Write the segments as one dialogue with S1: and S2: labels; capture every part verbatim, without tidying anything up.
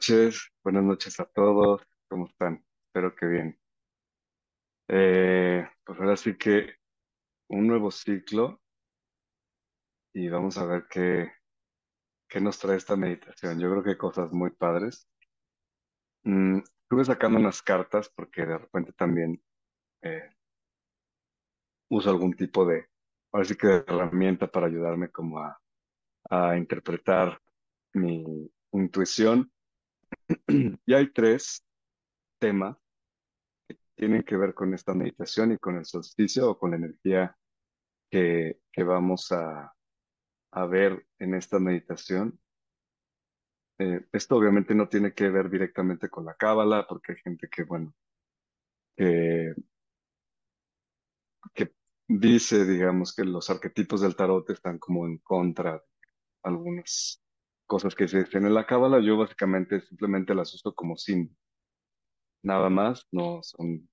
S1: Noches, buenas noches a todos, ¿cómo están? Espero que bien. Eh, pues ahora sí que un nuevo ciclo y vamos a ver qué, qué nos trae esta meditación. Yo creo que hay cosas muy padres. Mm, estuve sacando unas cartas porque de repente también eh, uso algún tipo de, ahora sí que de herramienta para ayudarme como a, a interpretar mi intuición. Y hay tres temas que tienen que ver con esta meditación y con el solsticio o con la energía que, que vamos a, a ver en esta meditación. Eh, esto obviamente no tiene que ver directamente con la cábala, porque hay gente que, bueno, que, que dice, digamos, que los arquetipos del tarot están como en contra de algunas cosas que se dicen en la cábala. Yo básicamente simplemente las uso como símbolo, nada más, no son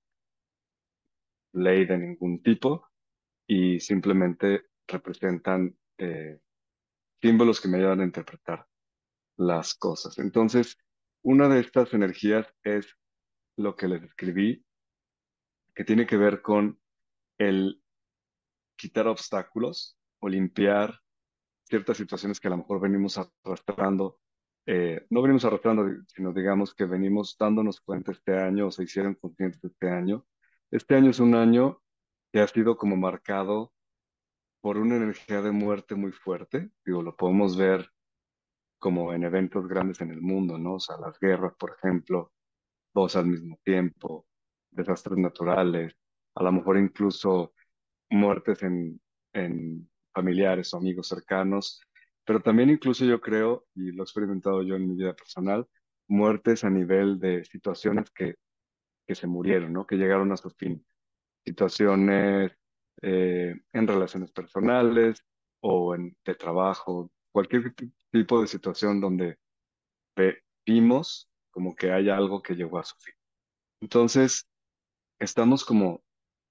S1: ley de ningún tipo y simplemente representan eh, símbolos que me ayudan a interpretar las cosas. Entonces, una de estas energías es lo que les escribí, que tiene que ver con el quitar obstáculos o limpiar ciertas situaciones que a lo mejor venimos arrastrando. Eh, no venimos arrastrando, sino digamos que venimos dándonos cuenta este año o se hicieron conscientes este año. Este año es un año que ha sido como marcado por una energía de muerte muy fuerte. Digo, lo podemos ver como en eventos grandes en el mundo, ¿no? O sea, las guerras, por ejemplo, dos al mismo tiempo, desastres naturales, a lo mejor incluso muertes en, en familiares o amigos cercanos, pero también incluso yo creo, y lo he experimentado yo en mi vida personal, muertes a nivel de situaciones que, que se murieron, ¿no? Que llegaron a su fin. Situaciones eh, en relaciones personales o en, de trabajo, cualquier ti- tipo de situación donde ve- vimos como que hay algo que llegó a su fin. Entonces, estamos como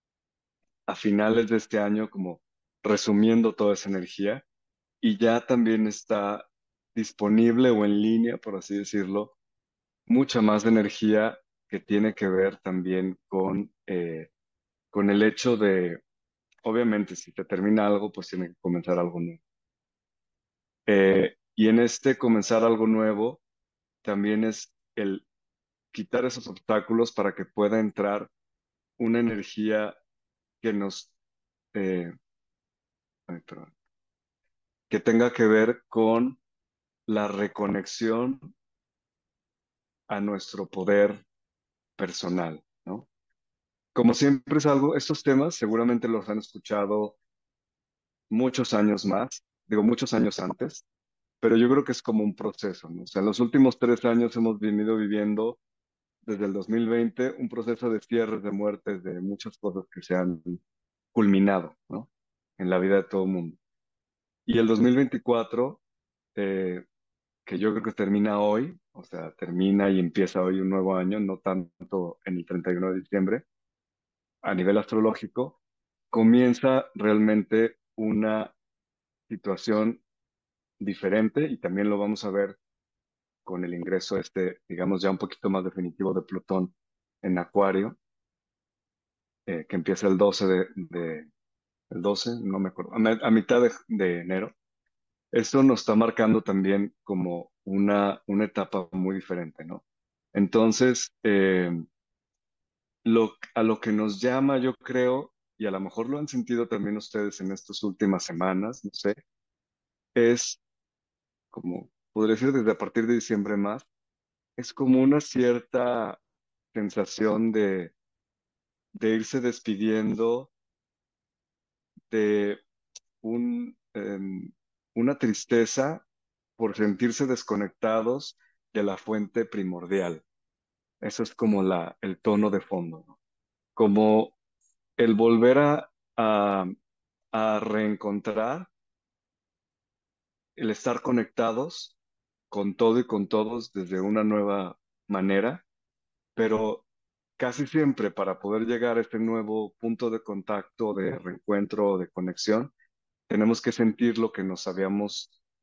S1: a finales de este año, como resumiendo toda esa energía y ya también está disponible o en línea, por así decirlo, mucha más energía que tiene que ver también con, eh, con el hecho de, obviamente, si te termina algo, pues tiene que comenzar algo nuevo. Eh, y en este comenzar algo nuevo, también es el quitar esos obstáculos para que pueda entrar una energía que nos, eh, ay, perdón, que tenga que ver con la reconexión a nuestro poder personal, ¿no? Como siempre es algo, estos temas seguramente los han escuchado muchos años más, digo muchos años antes, pero yo creo que es como un proceso, ¿no? O sea, en los últimos tres años hemos venido viviendo desde el dos mil veinte un proceso de cierres, de muertes, de muchas cosas que se han culminado, ¿no? En la vida de todo el mundo. Y el dos mil veinticuatro, eh, que yo creo que termina hoy, o sea, termina y empieza hoy un nuevo año, no tanto en el treinta y uno de diciembre, a nivel astrológico, comienza realmente una situación diferente y también lo vamos a ver con el ingreso este, digamos, ya un poquito más definitivo de Plutón en Acuario, eh, que empieza el doce de, de- el doce, no me acuerdo, a, me- a mitad de, de enero. Esto nos está marcando también como una, una etapa muy diferente, ¿no? Entonces, eh, lo, a lo que nos llama, yo creo, y a lo mejor lo han sentido también ustedes en estas últimas semanas, no sé, es como, podría decir desde a partir de diciembre más, es como una cierta sensación de, de irse despidiendo de un, em, una tristeza por sentirse desconectados de la fuente primordial. Eso es como la, el tono de fondo, ¿no? Como el volver a, a, a reencontrar, el estar conectados con todo y con todos desde una nueva manera, pero casi siempre para poder llegar a este nuevo punto de contacto, de reencuentro, de conexión, tenemos que sentir lo que nos habíamos,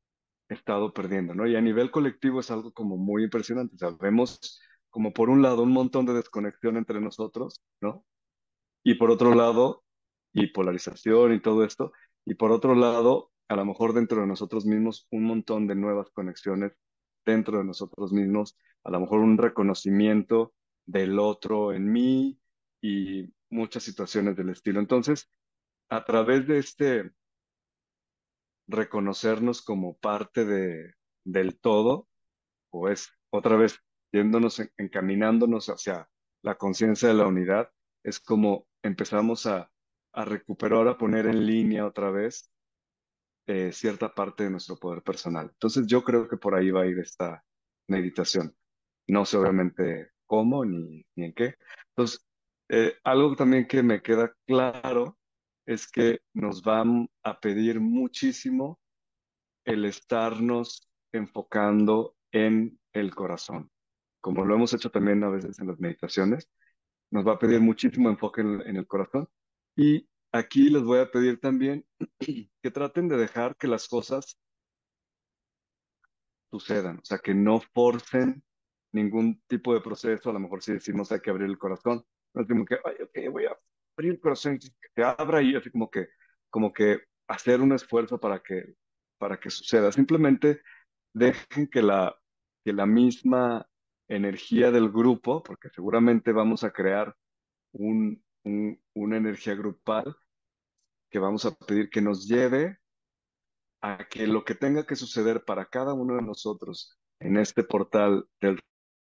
S1: estado perdiendo, ¿no? Y a nivel colectivo es algo como muy impresionante. O sea, vemos como por un lado un montón de desconexión entre nosotros, ¿no? Y por otro lado, y polarización y todo esto, y por otro lado, a lo mejor dentro de nosotros mismos, un montón de nuevas conexiones dentro de nosotros mismos, a lo mejor un reconocimiento del otro en mí y muchas situaciones del estilo. Entonces, a través de este reconocernos como parte de, del todo, o es otra vez yéndonos, en- encaminándonos hacia la conciencia de la unidad, es como empezamos a, a recuperar, a poner en línea otra vez eh, cierta parte de nuestro poder personal. Entonces yo creo que por ahí va a ir esta meditación. No sé obviamente cómo ni, ni en qué. Entonces, eh, algo también que me queda claro es que nos van a pedir muchísimo el estarnos enfocando en el corazón. Como lo hemos hecho también a veces en las meditaciones, nos va a pedir muchísimo enfoque en, en el corazón. Y aquí les voy a pedir también que traten de dejar que las cosas sucedan, o sea, que no forcen ningún tipo de proceso. A lo mejor si decimos hay que abrir el corazón, no es como que, ay, ok, voy a abrir el corazón y que se abra y así como que, como que hacer un esfuerzo para que, para que suceda. Simplemente dejen que la, que la misma energía del grupo, porque seguramente vamos a crear un, un- una energía grupal que vamos a pedir que nos lleve a que lo que tenga que suceder para cada uno de nosotros en este portal del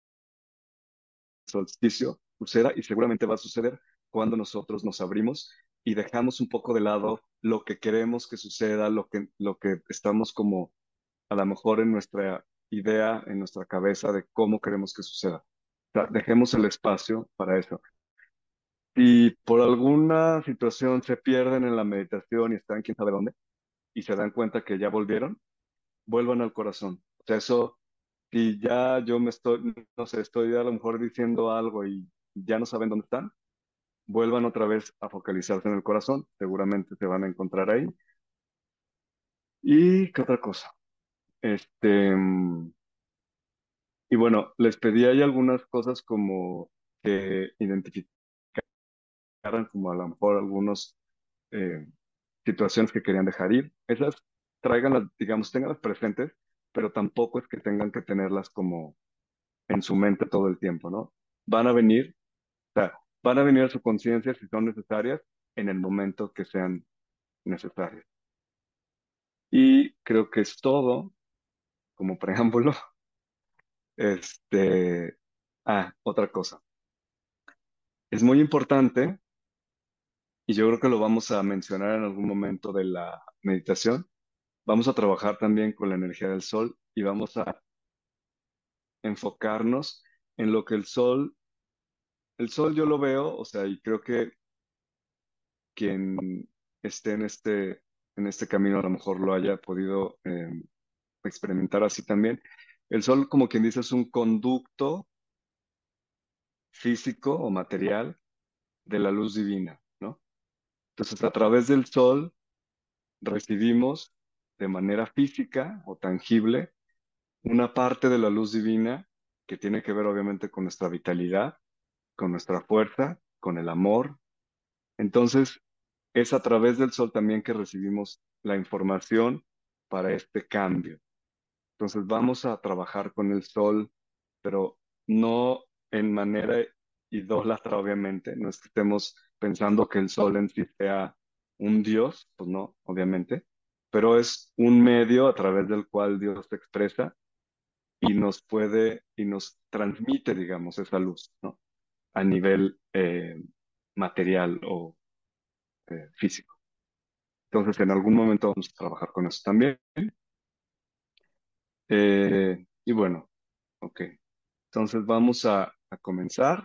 S1: solsticio suceda, y seguramente va a suceder cuando nosotros nos abrimos y dejamos un poco de lado lo que queremos que suceda, lo que, lo que estamos como a lo mejor en nuestra idea, en nuestra cabeza de cómo queremos que suceda. O sea, dejemos el espacio para eso. Si por alguna situación se pierden en la meditación y están quién sabe dónde y se dan cuenta que ya volvieron, vuelvan al corazón. O sea, eso, si ya yo me estoy, no sé, estoy a lo mejor diciendo algo y ya no saben dónde están, vuelvan otra vez a focalizarse en el corazón. Seguramente se van a encontrar ahí. ¿Y qué otra cosa? Este, mm, y bueno, les pedí ahí algunas cosas como que identificaran como a lo mejor algunos eh, situaciones que querían dejar ir. Esas tráiganlas, digamos, ténganlas presentes, pero tampoco es que tengan que tenerlas como en su mente todo el tiempo, ¿no? Van a venir, o sea, van a venir a su conciencia si son necesarias en el momento que sean necesarias. Y creo que es todo como preámbulo. Este, ah, otra cosa. Es muy importante, y yo creo que lo vamos a mencionar en algún momento de la meditación. Vamos a trabajar también con la energía del sol y vamos a enfocarnos en lo que el sol, el sol yo lo veo, o sea, y creo que quien esté en este, en este camino a lo mejor lo haya podido eh, experimentar así también. El sol, como quien dice, es un conducto físico o material de la luz divina, ¿no? Entonces, a través del sol recibimos de manera física o tangible una parte de la luz divina que tiene que ver obviamente con nuestra vitalidad, con nuestra fuerza, con el amor. Entonces, es a través del sol también que recibimos la información para este cambio. Entonces, vamos a trabajar con el sol, pero no en manera idólatra, obviamente. No es que estemos pensando que el sol en sí sea un dios, pues no, obviamente, pero es un medio a través del cual Dios se expresa y nos puede y nos transmite, digamos, esa luz, ¿no? A nivel eh, material o eh, físico. Entonces, en algún momento vamos a trabajar con eso también. Eh, y bueno, ok. Entonces vamos a, a comenzar.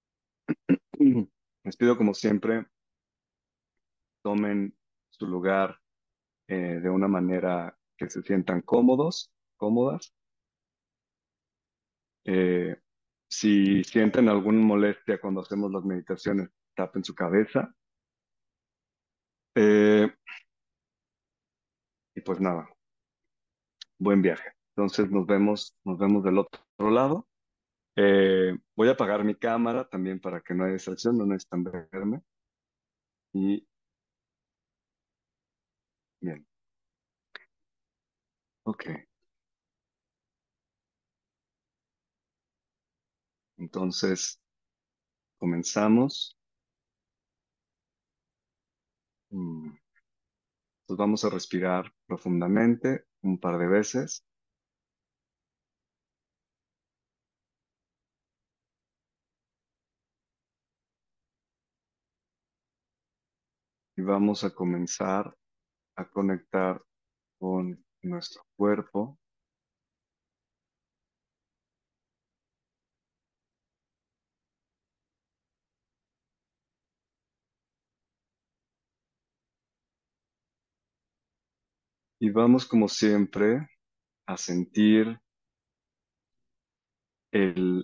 S1: Les pido, como siempre, tomen su lugar eh, de una manera que se sientan cómodos, cómodas. Eh, si sienten alguna molestia cuando hacemos las meditaciones, tapen su cabeza. Eh, y pues nada, buen viaje. Entonces nos vemos, nos vemos del otro lado. Eh, voy a apagar mi cámara también para que no haya distracción, no necesitan verme. Y bien, ok. Entonces comenzamos. Mm, Pues vamos a respirar profundamente un par de veces y vamos a comenzar a conectar con nuestro cuerpo y vamos como siempre a sentir el,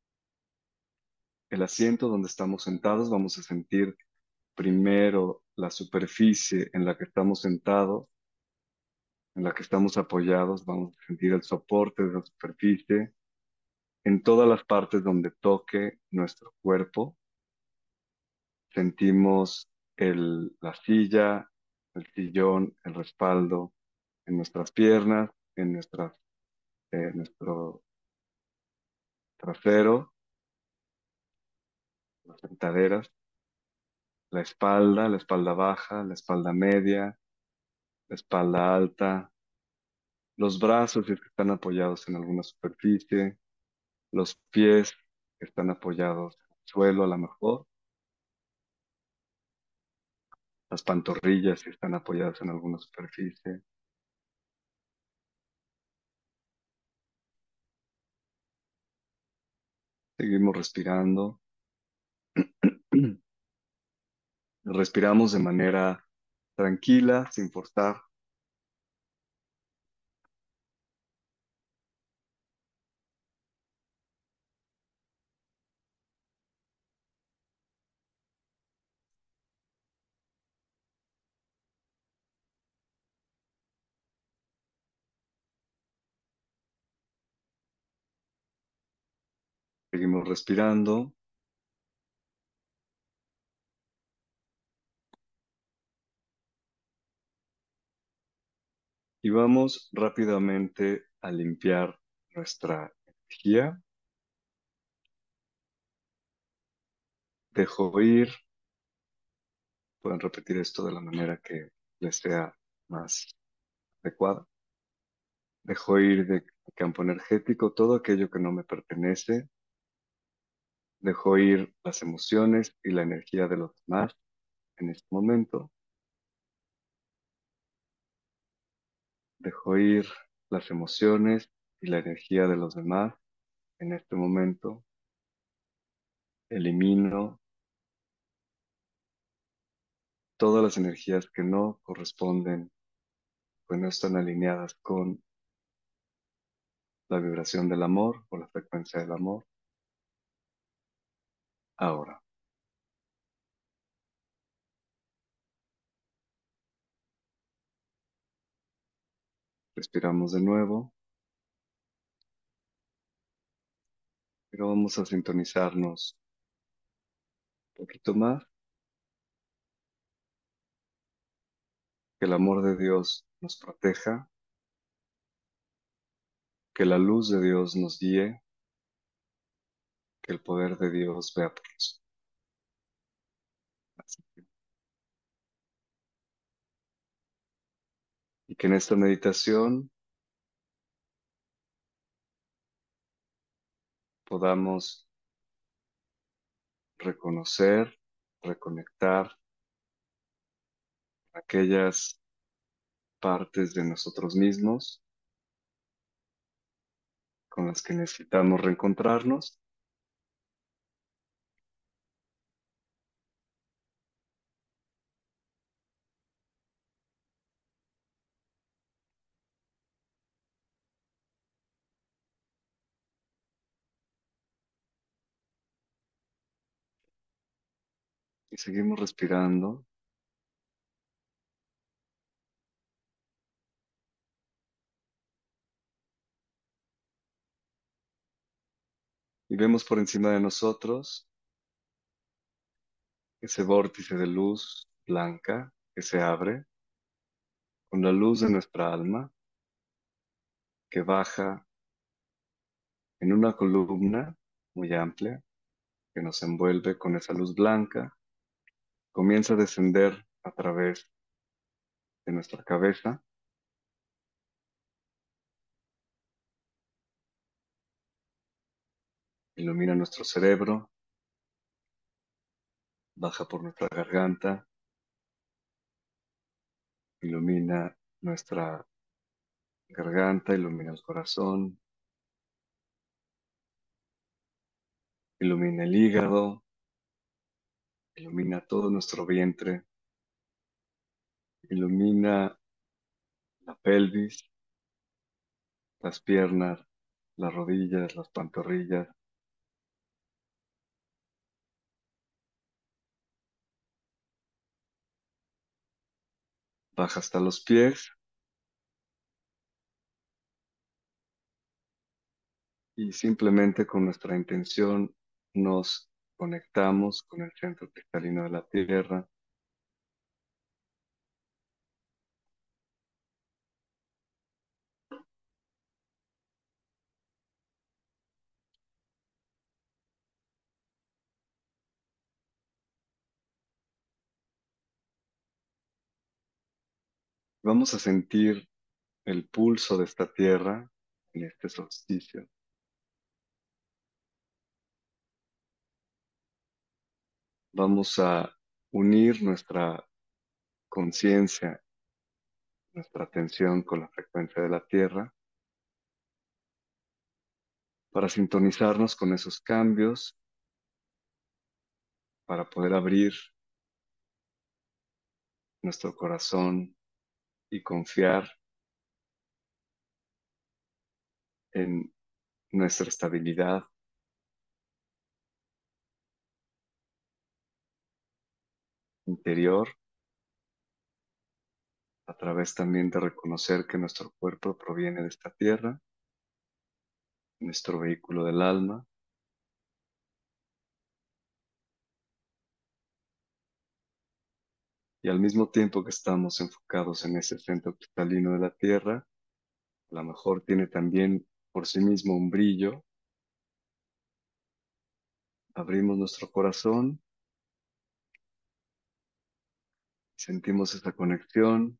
S1: el asiento donde estamos sentados. Vamos a sentir primero la superficie en la que estamos sentados, en la que estamos apoyados. Vamos a sentir el soporte de la superficie en todas las partes donde toque nuestro cuerpo. Sentimos el, la silla, el sillón, el respaldo en nuestras piernas, en nuestras, eh, nuestro trasero, las sentaderas, la espalda, la espalda baja, la espalda media, la espalda alta, los brazos si es que están apoyados en alguna superficie, los pies que están apoyados en el suelo a lo mejor, las pantorrillas si están apoyadas en alguna superficie. Seguimos respirando. Respiramos de manera tranquila, sin forzar. Seguimos respirando y vamos rápidamente a limpiar nuestra energía. Dejo ir, pueden repetir esto de la manera que les sea más adecuada. Dejo ir de campo energético todo aquello que no me pertenece. Dejo ir las emociones y la energía de los demás en este momento. Dejo ir las emociones y la energía de los demás en este momento. Elimino todas las energías que no corresponden, pues no están alineadas con la vibración del amor o la frecuencia del amor. Ahora, respiramos de nuevo, pero vamos a sintonizarnos un poquito más, que el amor de Dios nos proteja, que la luz de Dios nos guíe, que el poder de Dios vea por nosotros. Y que en esta meditación podamos reconocer, reconectar aquellas partes de nosotros mismos con las que necesitamos reencontrarnos y seguimos respirando. y vemos por encima de nosotros ese vórtice de luz blanca que se abre con la luz de nuestra alma que baja en una columna muy amplia que nos envuelve con esa luz blanca, comienza a descender a través de nuestra cabeza, ilumina nuestro cerebro, baja por nuestra garganta, ilumina nuestra garganta, ilumina el corazón, ilumina el hígado, ilumina todo nuestro vientre, ilumina la pelvis, las piernas, las rodillas, las pantorrillas, baja hasta los pies y simplemente con nuestra intención nos conectamos con el centro cristalino de la Tierra. Vamos a sentir el pulso de esta Tierra en este solsticio. Vamos a unir nuestra conciencia, nuestra atención con la frecuencia de la Tierra para sintonizarnos con esos cambios, para poder abrir nuestro corazón y confiar en nuestra estabilidad interior, a través también de reconocer que nuestro cuerpo proviene de esta tierra, nuestro vehículo del alma, y al mismo tiempo que estamos enfocados en ese centro cristalino de la tierra, a lo mejor tiene también por sí mismo un brillo. Abrimos nuestro corazón, sentimos esa conexión,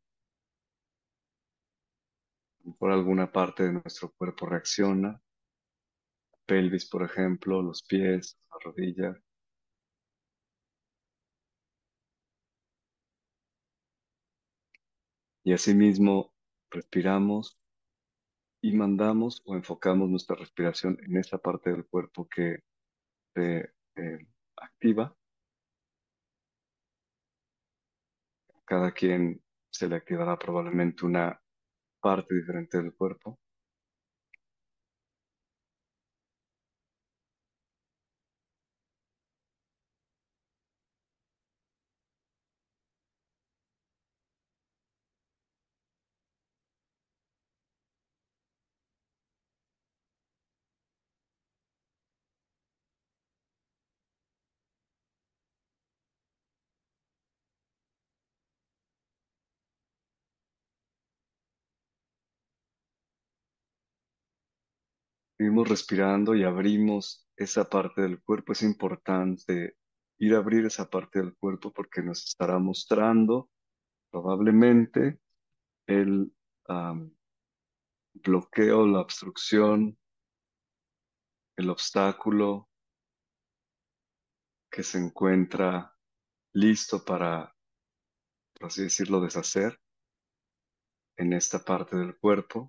S1: por alguna parte de nuestro cuerpo reacciona, pelvis, por ejemplo, los pies, las rodillas, y asimismo respiramos y mandamos o enfocamos nuestra respiración en esa parte del cuerpo que se eh, activa. Cada quien se le activará probablemente una parte diferente del cuerpo. Seguimos respirando y abrimos esa parte del cuerpo. Es importante ir a abrir esa parte del cuerpo porque nos estará mostrando probablemente el am, bloqueo, la obstrucción, el obstáculo que se encuentra listo para, por así decirlo, deshacer en esta parte del cuerpo.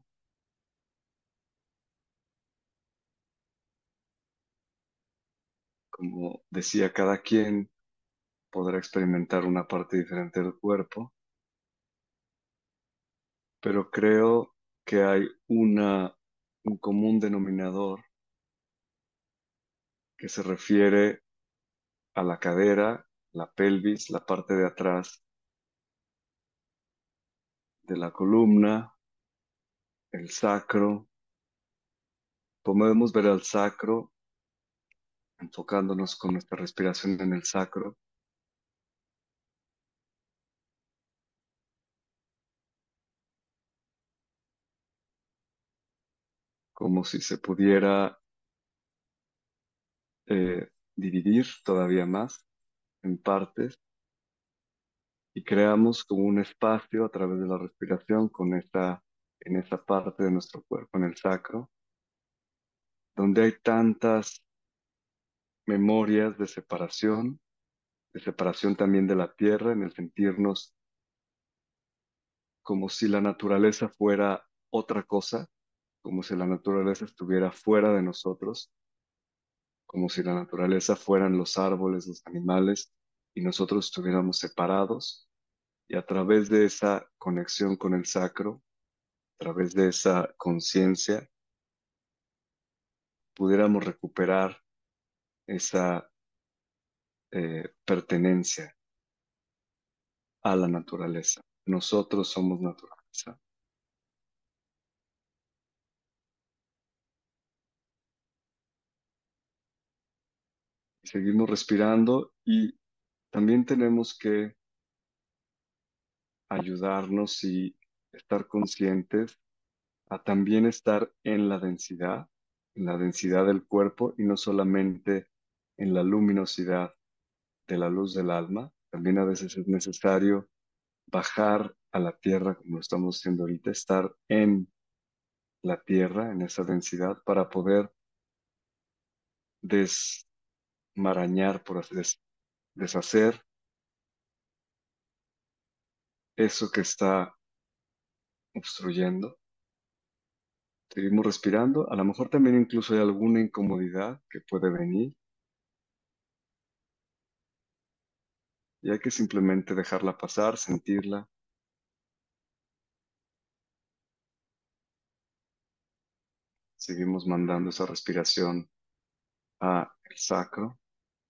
S1: Como decía, cada quien podrá experimentar una parte diferente del cuerpo, pero creo que hay una, un común denominador que se refiere a la cadera, la pelvis, la parte de atrás de la columna, el sacro. Podemos ver al sacro enfocándonos con nuestra respiración en el sacro, como si se pudiera eh, dividir todavía más en partes y creamos como un espacio a través de la respiración con esta, en esta parte de nuestro cuerpo, en el sacro, donde hay tantas memorias de separación, de separación también de la tierra, en el sentirnos como si la naturaleza fuera otra cosa, como si la naturaleza estuviera fuera de nosotros, como si la naturaleza fueran los árboles, los animales, y nosotros estuviéramos separados, y a través de esa conexión con el sacro, a través de esa conciencia, pudiéramos recuperar esa eh, pertenencia a la naturaleza. Nosotros somos naturaleza. Y seguimos respirando y también tenemos que ayudarnos y estar conscientes a también estar en la densidad, en la densidad del cuerpo y no solamente en la luminosidad de la luz del alma. También a veces es necesario bajar a la tierra, como lo estamos haciendo ahorita, estar en la tierra, en esa densidad, para poder desmarañar, por así decirlo, deshacer eso que está obstruyendo. Seguimos respirando. A lo mejor también incluso hay alguna incomodidad que puede venir y hay que simplemente dejarla pasar, sentirla. Seguimos mandando esa respiración a el sacro.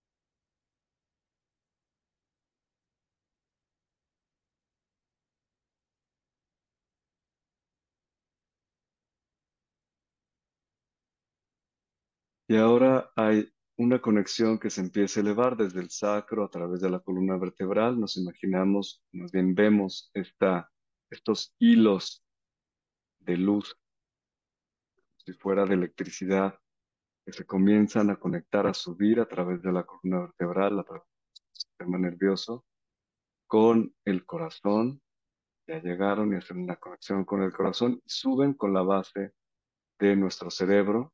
S1: Y ahora hay una conexión que se empieza a elevar desde el sacro a través de la columna vertebral. Nos imaginamos, más bien vemos esta, estos hilos de luz, si fuera de electricidad, que se comienzan a conectar, a subir a través de la columna vertebral, a través del sistema nervioso, con el corazón. Ya llegaron y hacen una conexión con el corazón y suben con la base de nuestro cerebro,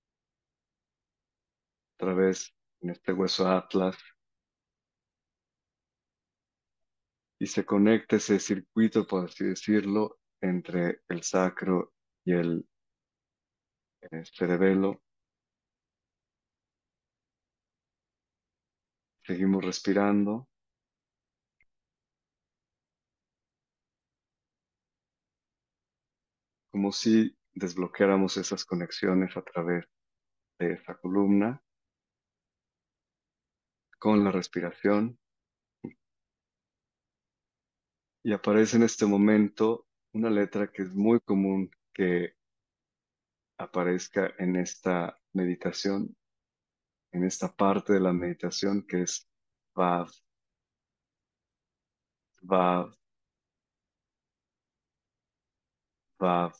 S1: a través en este hueso atlas, y se conecta ese circuito, por así decirlo, entre el sacro y el eh, cerebelo. Seguimos respirando, como si desbloqueáramos esas conexiones a través de esa columna con la respiración. Y aparece en este momento una letra que es muy común que aparezca en esta meditación, en esta parte de la meditación que es Vav, Vav, Vav.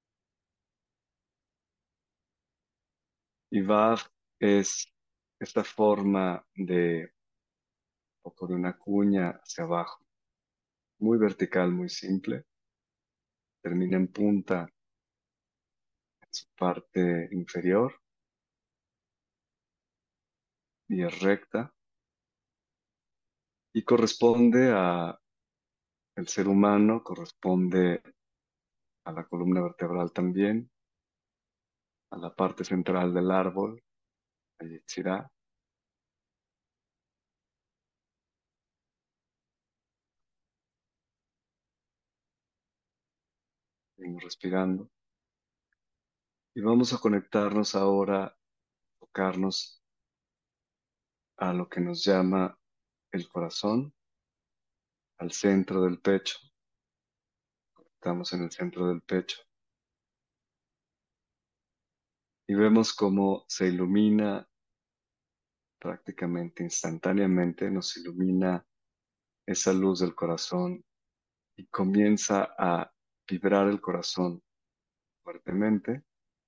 S1: Y Vav es esta forma de, poco de una cuña hacia abajo, muy vertical, muy simple, termina en punta en su parte inferior y es recta y corresponde a el ser humano, corresponde a la columna vertebral también, a la parte central del árbol, a Yetzirah. Seguimos respirando y vamos a conectarnos ahora, tocarnos a lo que nos llama el corazón, al centro del pecho. Estamos en el centro del pecho y vemos cómo se ilumina prácticamente instantáneamente nos ilumina esa luz del corazón y comienza a vibrar el corazón fuertemente.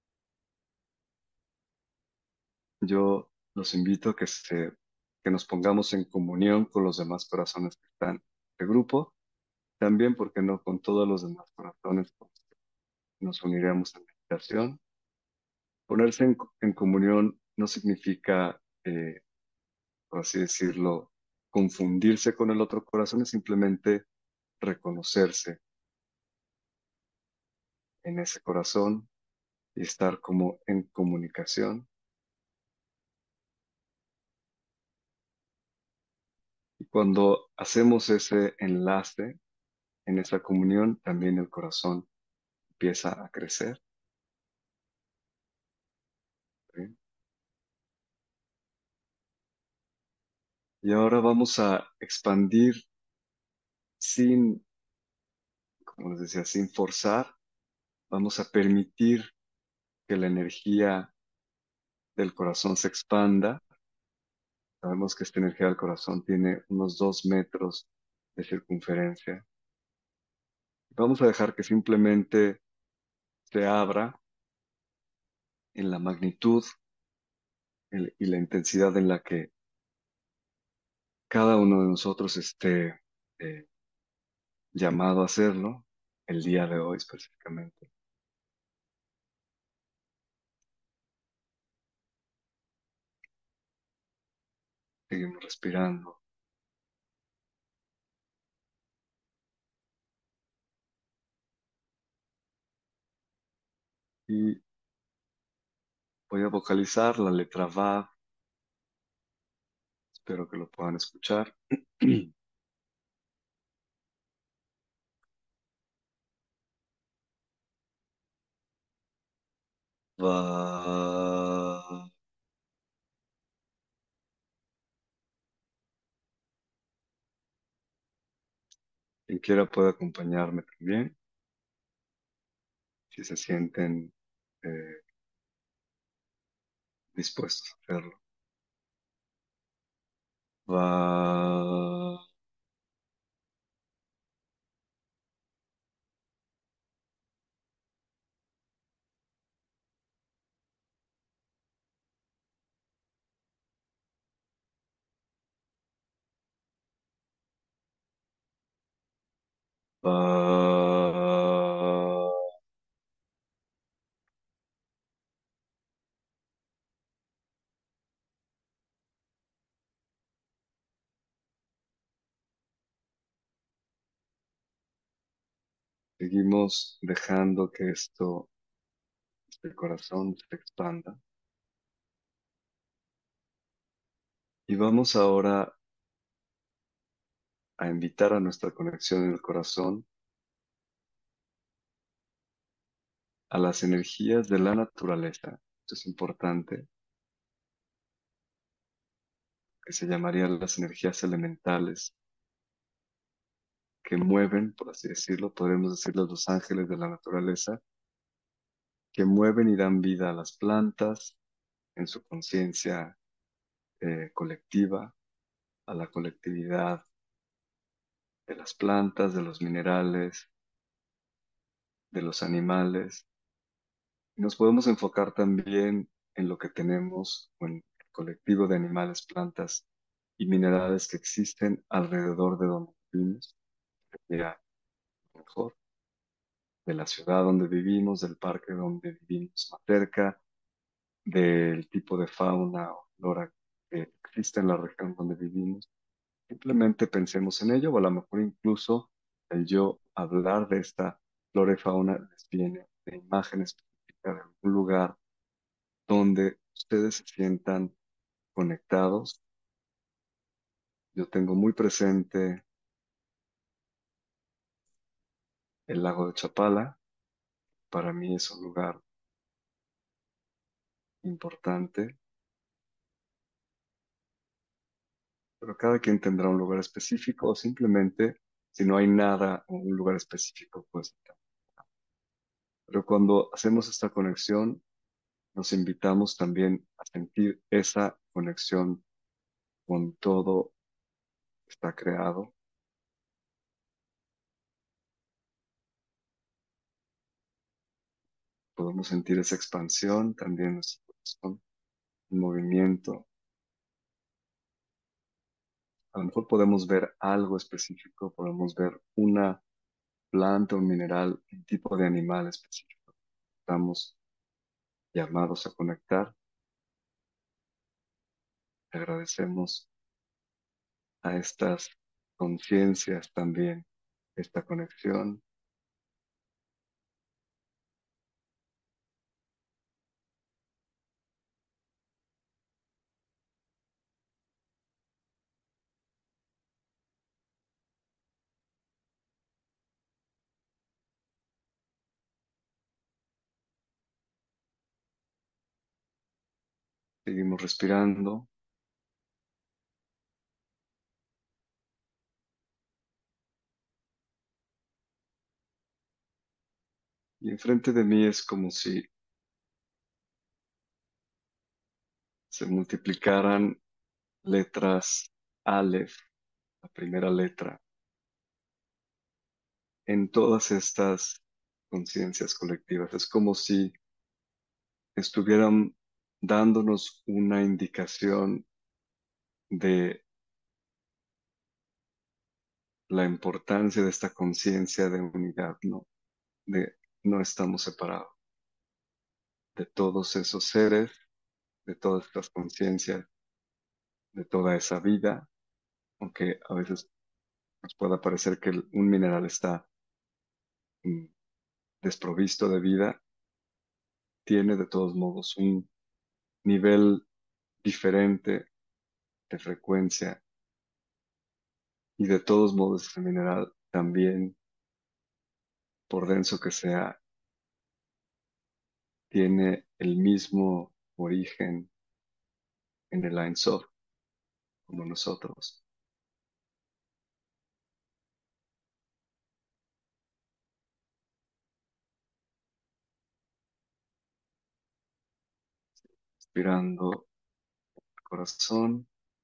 S1: Yo los invito a que se, que nos pongamos en comunión con los demás corazones que están en este grupo. También, porque no con todos los demás corazones, pues, nos uniremos en meditación. Ponerse en, en comunión no significa, eh, por así decirlo, confundirse con el otro corazón, es simplemente reconocerse en ese corazón y estar como en comunicación. Y cuando hacemos ese enlace en esa comunión, también el corazón empieza a crecer. ¿Sí? Y ahora vamos a expandir sin, como les decía, sin forzar. Vamos a permitir que la energía del corazón se expanda. Sabemos que esta energía del corazón tiene unos dos metros de circunferencia. Vamos a dejar que simplemente se abra en la magnitud el- y la intensidad en la que cada uno de nosotros esté eh, llamado a hacerlo el día de hoy específicamente. Seguimos respirando y voy a vocalizar la letra Va. Espero que lo puedan escuchar. Va. Quien quiera puede acompañarme también, si se sienten eh, dispuestos a hacerlo. Va. Va. Seguimos dejando que esto, el corazón, se expanda. Y vamos ahora a invitar a nuestra conexión en el corazón a las energías de la naturaleza. Esto es importante, que se llamarían las energías elementales, que mueven, por así decirlo, podemos decirles los ángeles de la naturaleza, que mueven y dan vida a las plantas en su conciencia eh, colectiva, a la colectividad de las plantas, de los minerales, de los animales. Nos podemos enfocar también en lo que tenemos, o en el colectivo de animales, plantas y minerales que existen alrededor de donde vivimos, ya mejor, de la ciudad donde vivimos, del parque donde vivimos más cerca, del tipo de fauna o flora que existe en la región donde vivimos. Simplemente pensemos en ello, o a lo mejor incluso el yo hablar de esta flora y fauna les viene de imagen específica de algún lugar donde ustedes se sientan conectados. Yo tengo muy presente el lago de Chapala. Para mí es un lugar importante, pero cada quien tendrá un lugar específico o simplemente si no hay nada o un lugar específico, pues. Pero cuando hacemos esta conexión, nos invitamos también a sentir esa conexión con todo está creado. Podemos sentir esa expansión también en nuestro corazón, el movimiento. A lo mejor podemos ver algo específico, podemos ver una planta, un mineral, un tipo de animal específico. Estamos llamados a conectar. Agradecemos a estas conciencias también esta conexión. Seguimos respirando y enfrente de mí es como si se multiplicaran letras Aleph, la primera letra, en todas estas conciencias colectivas. Es como si estuvieran dándonos una indicación de la importancia de esta conciencia de unidad, ¿no? De no estamos separados de todos esos seres, de todas estas conciencias, de toda esa vida, aunque a veces nos pueda parecer que el- un mineral está mm, desprovisto de vida, tiene de todos modos un nivel diferente de frecuencia y de todos modos ese mineral también, por denso que sea, tiene el mismo origen en el Ein Sof como nosotros. Inspirando el corazón.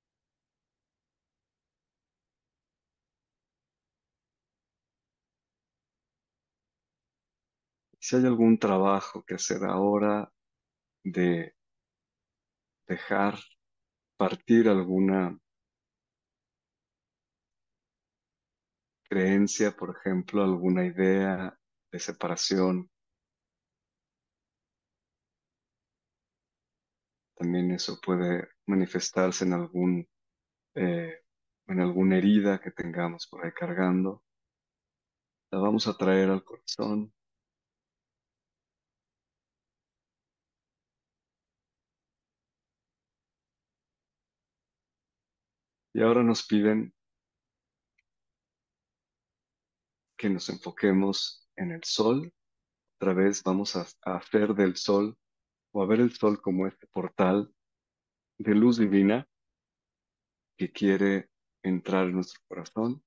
S1: Si hay algún trabajo que hacer ahora de dejar partir alguna creencia, por ejemplo, alguna idea de separación, también eso puede manifestarse en algún, eh, en alguna herida que tengamos por ahí cargando. La vamos a traer al corazón y ahora nos piden que nos enfoquemos en el sol. Otra vez vamos a, a hacer del sol o a ver el sol como este portal de luz divina que quiere entrar en nuestro corazón.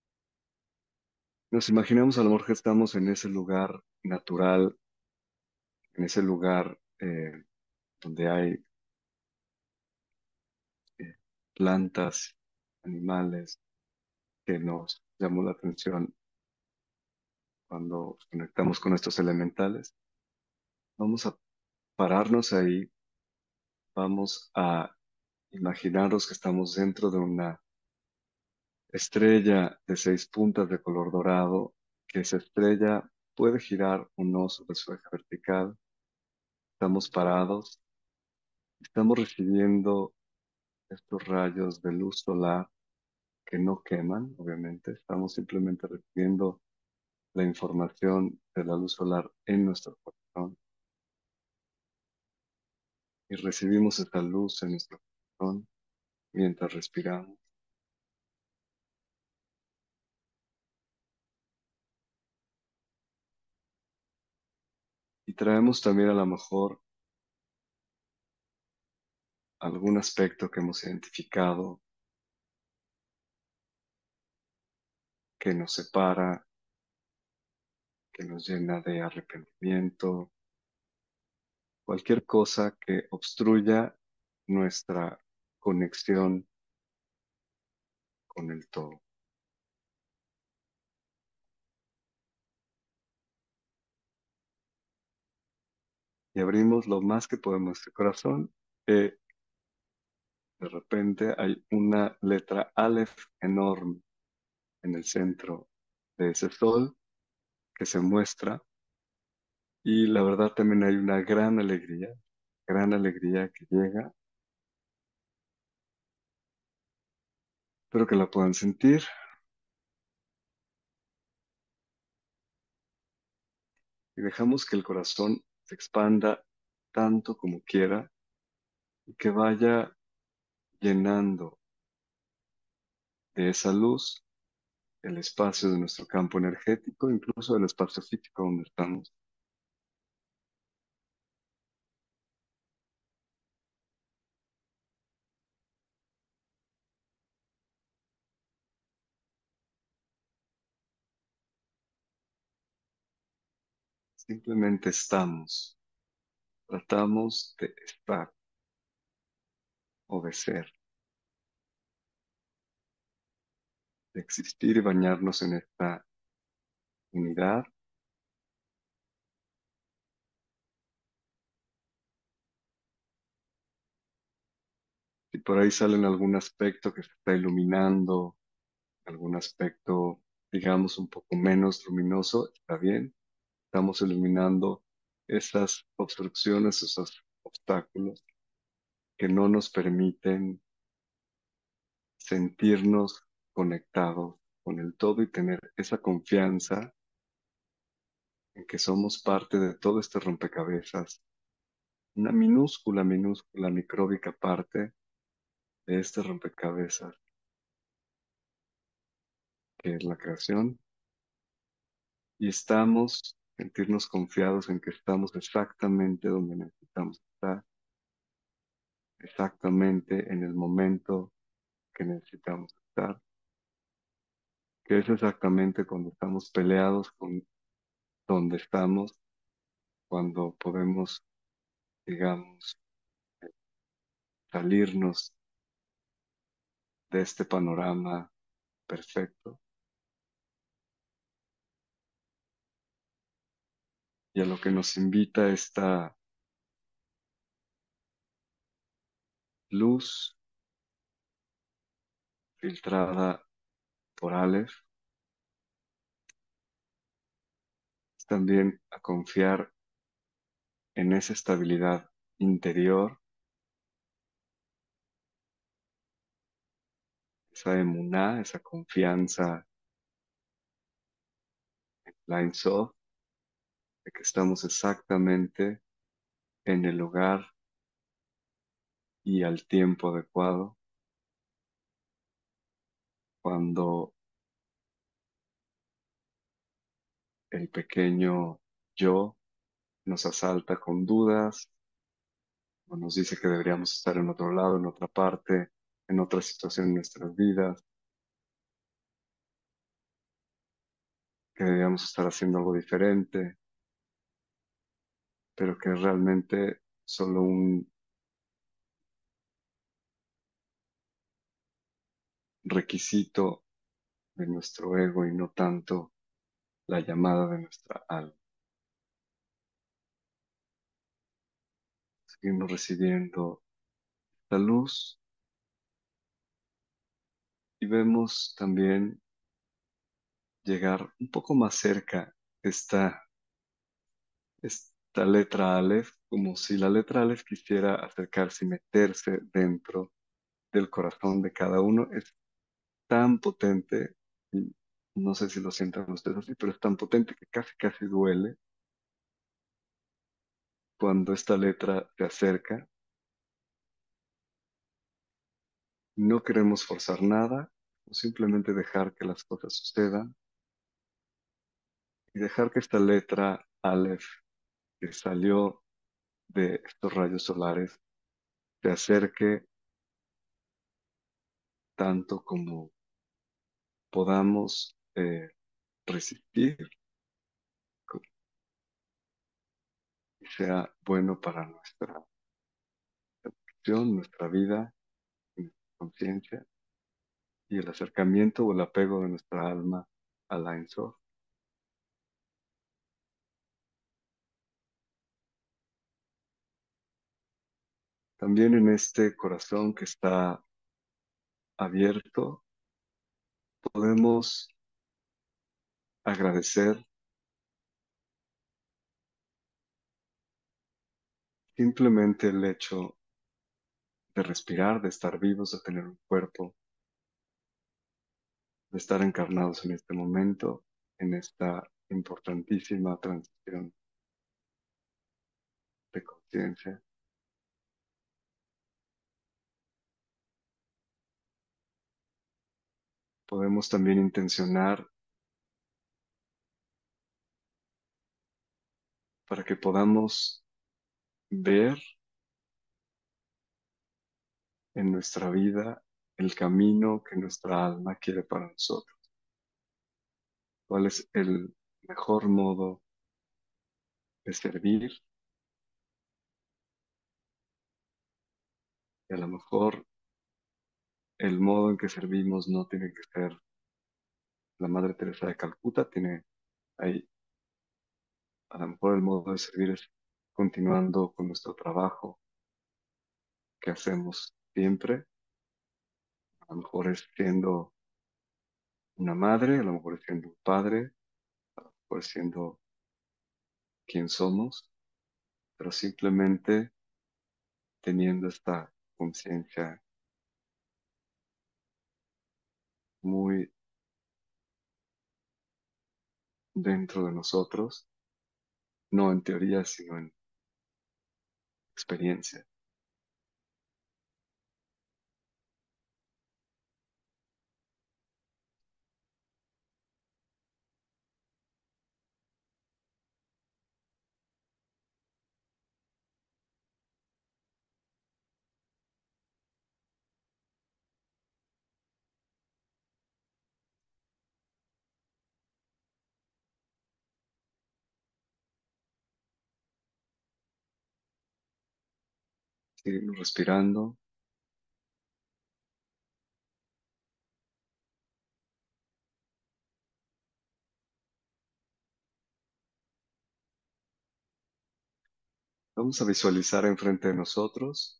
S1: Nos imaginamos a lo mejor que estamos en ese lugar natural, en ese lugar eh, donde hay eh, plantas, animales que nos llamó la atención cuando conectamos con estos elementales. Vamos a pararnos ahí, vamos a imaginarnos que estamos dentro de una estrella de seis puntas de color dorado, que esa estrella puede girar o no sobre su eje vertical. Estamos parados, estamos recibiendo estos rayos de luz solar que no queman, obviamente. Estamos simplemente recibiendo la información de la luz solar en nuestro corazón y recibimos esta luz en nuestro corazón mientras respiramos. Y traemos también a lo mejor algún aspecto que hemos identificado que nos separa, que nos llena de arrepentimiento, cualquier cosa que obstruya nuestra conexión con el todo. Y abrimos lo más que podemos nuestro corazón. eh, de repente hay una letra Aleph enorme en el centro de ese sol que se muestra. Y la verdad también hay una gran alegría, gran alegría que llega. Espero que la puedan sentir y dejamos que el corazón se expanda tanto como quiera y que vaya llenando de esa luz el espacio de nuestro campo energético, incluso el espacio físico donde estamos. Simplemente estamos, tratamos de estar o de ser, de existir y bañarnos en esta unidad. Si por ahí sale algún aspecto que se está iluminando, algún aspecto, digamos, un poco menos luminoso, está bien. Estamos eliminando esas obstrucciones, esos obstáculos que no nos permiten sentirnos conectados con el todo y tener esa confianza en que somos parte de todo este rompecabezas, una minúscula, minúscula, micróbica parte de este rompecabezas que es la creación. Y estamos, sentirnos confiados en que estamos exactamente donde necesitamos estar, exactamente en el momento que necesitamos estar, que es exactamente cuando estamos peleados con donde estamos, cuando podemos, digamos, salirnos de este panorama perfecto y a lo que nos invita esta luz filtrada por Aleph, es también a confiar en esa estabilidad interior, esa emuná, esa confianza en la Ein Sof, de que estamos exactamente en el lugar y al tiempo adecuado, cuando el pequeño yo nos asalta con dudas o nos dice que deberíamos estar en otro lado, en otra parte, en otra situación en nuestras vidas, que deberíamos estar haciendo algo diferente, pero que realmente solo un requisito de nuestro ego y no tanto la llamada de nuestra alma. Seguimos recibiendo la luz y vemos también llegar un poco más cerca esta, esta letra Aleph, como si la letra Aleph quisiera acercarse y meterse dentro del corazón de cada uno. Es tan potente, y no sé si lo sientan ustedes así, pero es tan potente que casi casi duele cuando esta letra se acerca. No queremos forzar nada, o simplemente dejar que las cosas sucedan y dejar que esta letra Aleph que salió de estos rayos solares se acerque tanto como podamos eh, resistir y sea bueno para nuestra acción, nuestra vida, nuestra conciencia. y el acercamiento o el apego de nuestra alma a la Ein Sof. También en este corazón que está abierto, podemos agradecer simplemente el hecho de respirar, de estar vivos, de tener un cuerpo, de estar encarnados en este momento, en esta importantísima transición de conciencia. Podemos también intencionar para que podamos ver en nuestra vida el camino que nuestra alma quiere para nosotros. ¿Cuál es el mejor modo de servir? Y a lo mejor el modo en que servimos no tiene que ser la Madre Teresa de Calcuta, tiene ahí, a lo mejor el modo de servir es continuando con nuestro trabajo que hacemos siempre, a lo mejor es siendo una madre, a lo mejor es siendo un padre, a lo mejor es siendo quien somos, pero simplemente teniendo esta conciencia muy dentro de nosotros, no en teoría, sino en experiencia. Seguimos respirando. Vamos a visualizar enfrente de nosotros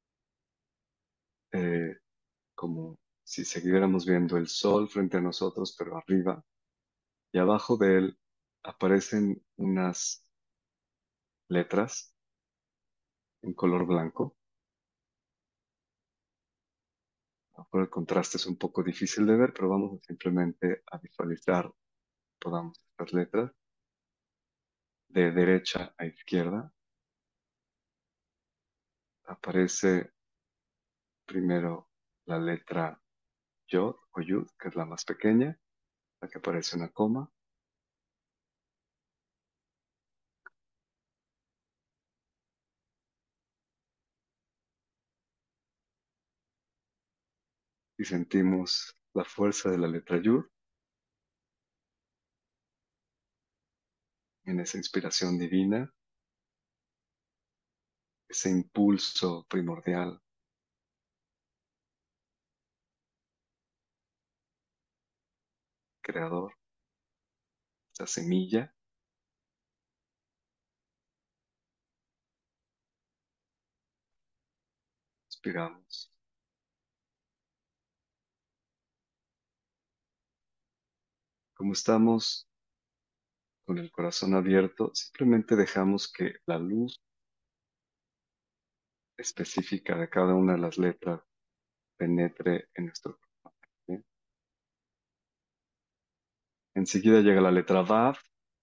S1: eh, como si siguiéramos viendo el sol frente a nosotros, pero arriba, y abajo de él aparecen unas letras en color blanco. A lo mejor el contraste es un poco difícil de ver, pero vamos a simplemente a visualizar, podamos, estas letras de derecha a izquierda. Aparece primero la letra Yod o Yud, que es la más pequeña, la que aparece una coma, y sentimos la fuerza de la letra Yud en esa inspiración divina, ese impulso primordial, creador, esa semilla. Inspiramos. Como estamos con el corazón abierto, simplemente dejamos que la luz específica de cada una de las letras penetre en nuestro corazón. ¿Sí? Enseguida llega la letra Vav,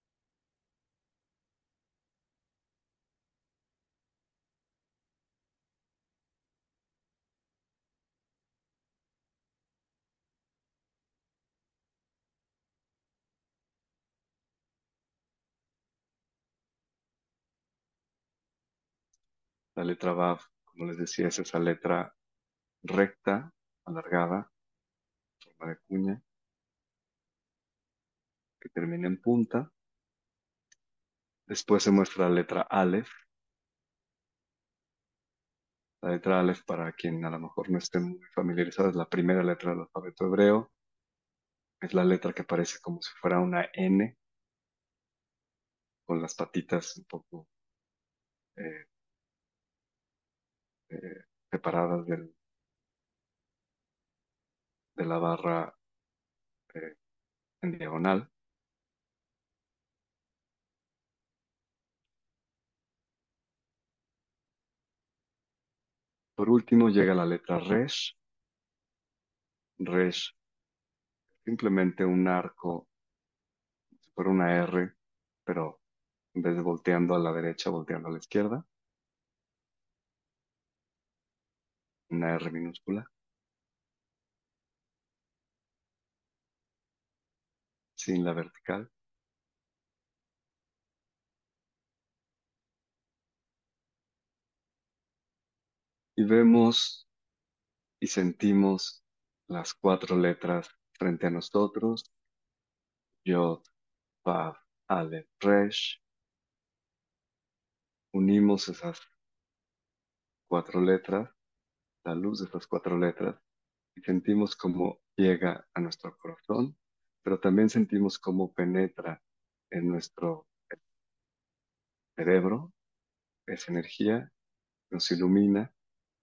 S1: la letra Vav, como les decía, es esa letra recta, alargada, en forma de cuña, que termina en punta. Después se muestra la letra Aleph, La letra Aleph, para quien a lo mejor no esté muy familiarizado, es la primera letra del alfabeto hebreo. Es la letra que parece como si fuera una N, con las patitas un poco eh, eh, separadas del- de la barra eh, en diagonal. Por último llega la letra Resh. Resh, simplemente un arco, si fuera una R, pero en vez de volteando a la derecha, volteando a la izquierda, una R minúscula, sin la vertical. Y vemos y sentimos las cuatro letras frente a nosotros: Yod, Vav, Aleph, Resh. Unimos esas cuatro letras, la luz de esas cuatro letras, y sentimos cómo llega a nuestro corazón, pero también sentimos cómo penetra en nuestro cerebro. Esa energía nos ilumina.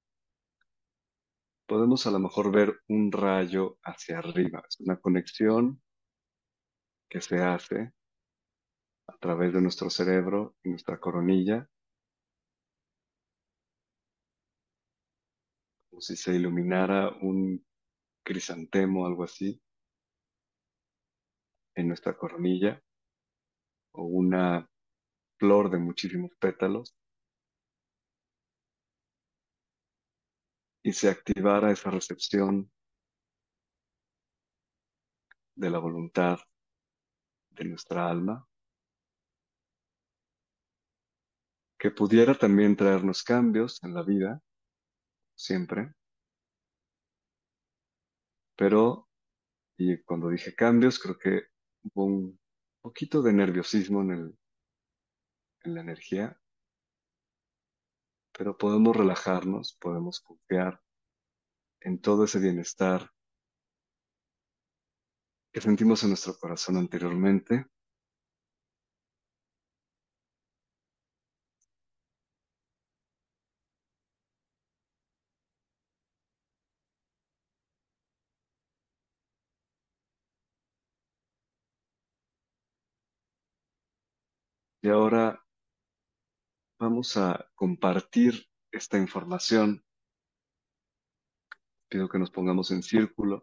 S1: Podemos a lo mejor ver un rayo hacia arriba. Es una conexión que se hace a través de nuestro cerebro y nuestra coronilla, como si se iluminara un crisantemo, algo así, en nuestra coronilla, o una flor de muchísimos pétalos, y se activara esa recepción de la voluntad de nuestra alma, que pudiera también traernos cambios en la vida, siempre, pero, y cuando dije cambios, creo que hubo un poquito de nerviosismo en el, en la energía, pero podemos relajarnos, podemos confiar en todo ese bienestar que sentimos en nuestro corazón anteriormente. Y ahora vamos a compartir esta información. Pido que nos pongamos en círculo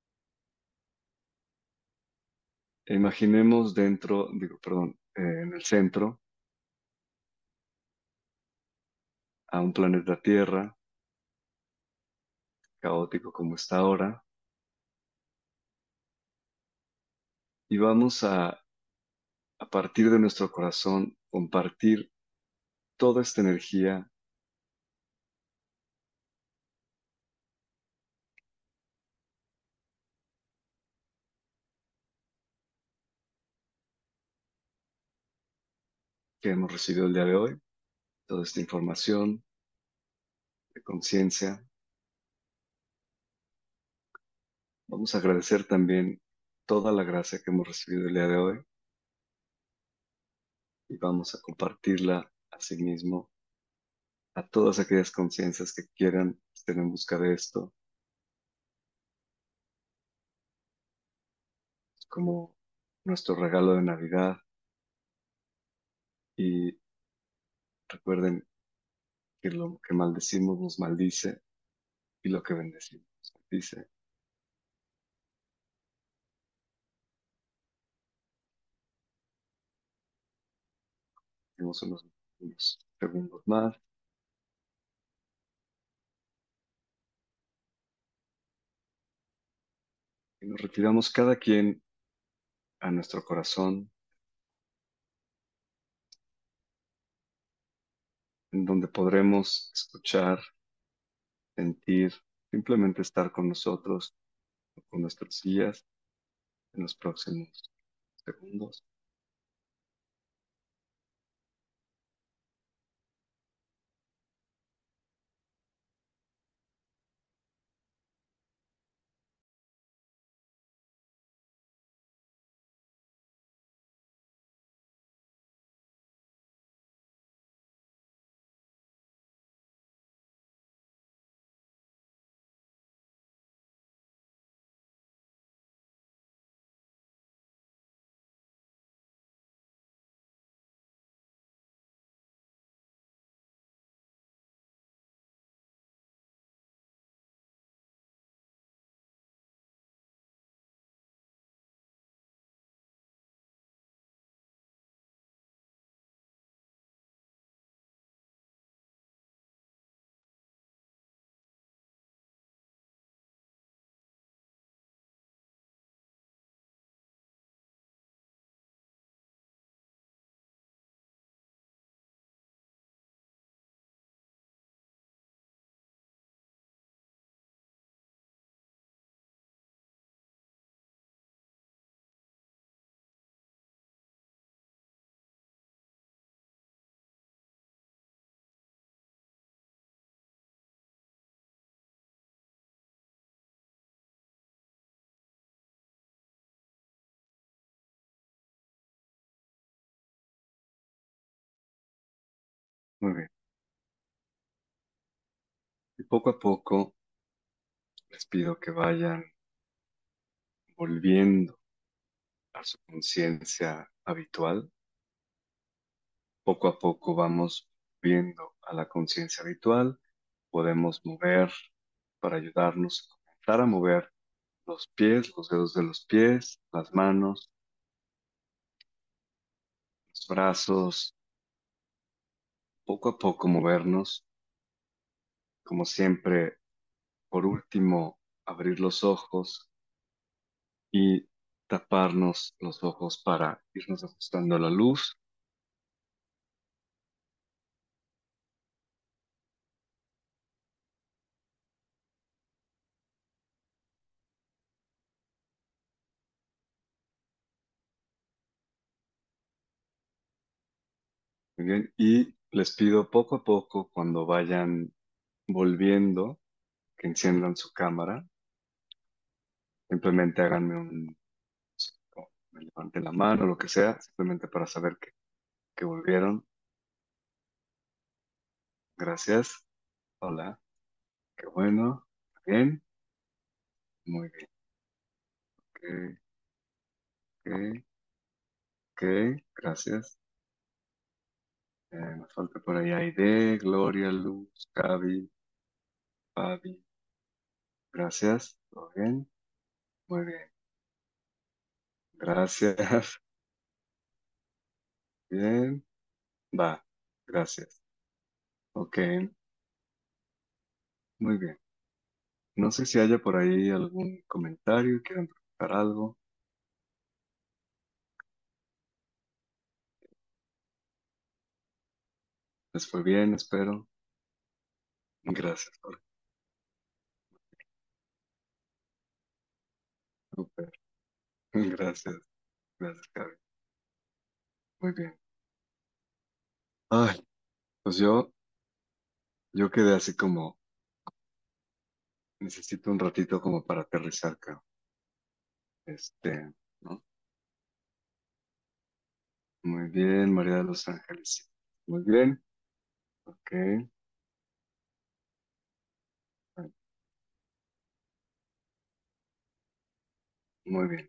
S1: e imaginemos dentro, digo, perdón, eh, en el centro, a un planeta Tierra, caótico como está ahora, y vamos a, a partir de nuestro corazón, compartir toda esta energía que hemos recibido el día de hoy, toda esta información de conciencia. Vamos a agradecer también toda la gracia que hemos recibido el día de hoy, y vamos a compartirla asimismo a todas aquellas conciencias que quieran estar en busca de esto, como nuestro regalo de Navidad. Y recuerden que lo que maldecimos nos maldice, y lo que bendecimos nos bendice. Tenemos unos, unos segundos más y nos retiramos cada quien a nuestro corazón, en donde podremos escuchar, sentir, simplemente estar con nosotros, con nuestros días, en los próximos segundos. Muy bien. Y poco a poco les pido que vayan volviendo a su conciencia habitual. Poco a poco vamos viendo a la conciencia habitual. Podemos mover para ayudarnos a comenzar a mover los pies, los dedos de los pies, las manos, los brazos. Poco a poco movernos. Como siempre, por último, abrir los ojos y taparnos los ojos para irnos ajustando a la luz. Muy bien. Y les pido poco a poco, cuando vayan volviendo, que enciendan su cámara. Simplemente háganme un, o me levanten la mano, lo que sea, simplemente para saber que, que volvieron. Gracias. Hola. Qué bueno. Bien. Muy bien. Ok, ok, ok. Gracias. Eh, me falta por ahí Aide, Gloria, Luz, Gaby, Fabi. Gracias. ¿Todo bien? Muy bien. Gracias. Bien. Va. Gracias. Ok. Muy bien. No sé si haya por ahí algún comentario, quieran preguntar algo. Les fue bien, espero. Gracias, Jorge. Súper. Gracias. Gracias, Gaby. Muy bien. Ay, pues yo, yo quedé así como, necesito un ratito como para aterrizar, creo. Este, ¿no? Muy bien, María de los Ángeles. Muy bien. Ok. Muy bien.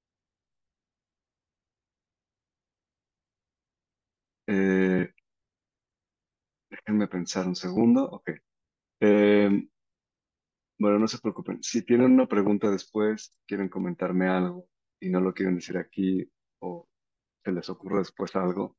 S1: Eh, déjenme pensar un segundo. Ok. Eh, bueno, no se preocupen. Si tienen una pregunta después, quieren comentarme algo y no lo quieren decir aquí o se les ocurre después algo,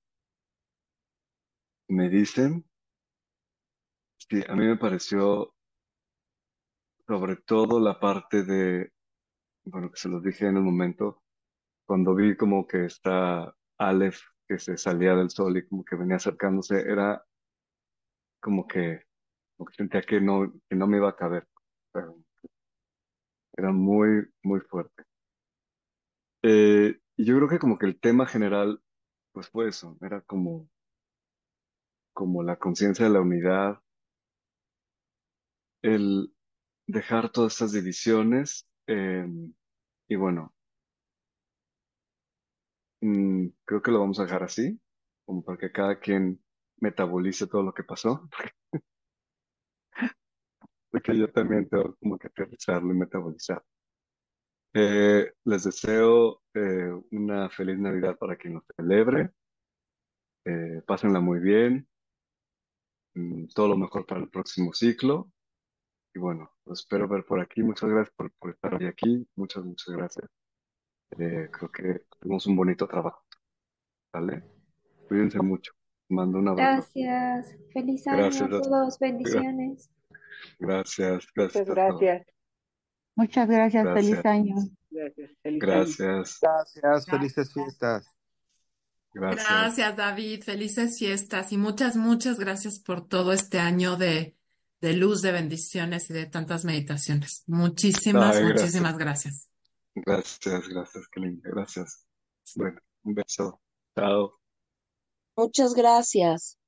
S1: me dicen. Sí, a mí me pareció sobre todo la parte de, bueno, que se los dije en un momento, cuando vi como que está Aleph que se salía del sol y como que venía acercándose, era como que, como que sentía que no, que no me iba a caber. Pero era muy, muy fuerte. Eh, y yo creo que como que el tema general, pues fue eso, era como, como la conciencia de la unidad, el dejar todas estas divisiones, eh, y bueno, mm, creo que lo vamos a dejar así, como para que cada quien metabolice todo lo que pasó, porque yo también tengo como que aterrizarlo y metabolizar. Eh, les deseo eh, una feliz Navidad para quien lo celebre, eh, pásenla muy bien, mm, todo lo mejor para el próximo ciclo. Y bueno, los espero ver por aquí. Muchas gracias por, por estar hoy aquí. Muchas, muchas gracias. Eh, creo que tuvimos un bonito trabajo. ¿Vale? Cuídense mucho. Mando un abrazo.
S2: Gracias. Feliz año a
S1: Gracias. a-
S2: todos.
S1: gra-
S2: Bendiciones.
S1: Gracias.
S3: Muchas
S1: Gracias a todos.
S3: gracias.
S4: Muchas gracias, feliz
S1: Gracias.
S4: año.
S3: Gracias. Feliz año.
S1: Gracias.
S5: Gracias, felices fiestas.
S1: Gracias.
S6: Gracias, David. Felices fiestas y muchas, muchas gracias por todo este año de, de luz, de bendiciones y de tantas meditaciones. Muchísimas,
S1: Ay, gracias.
S6: muchísimas gracias.
S1: Gracias. Gracias. Qué lindo. Gracias. Bueno, un beso. Chao.
S7: Muchas gracias.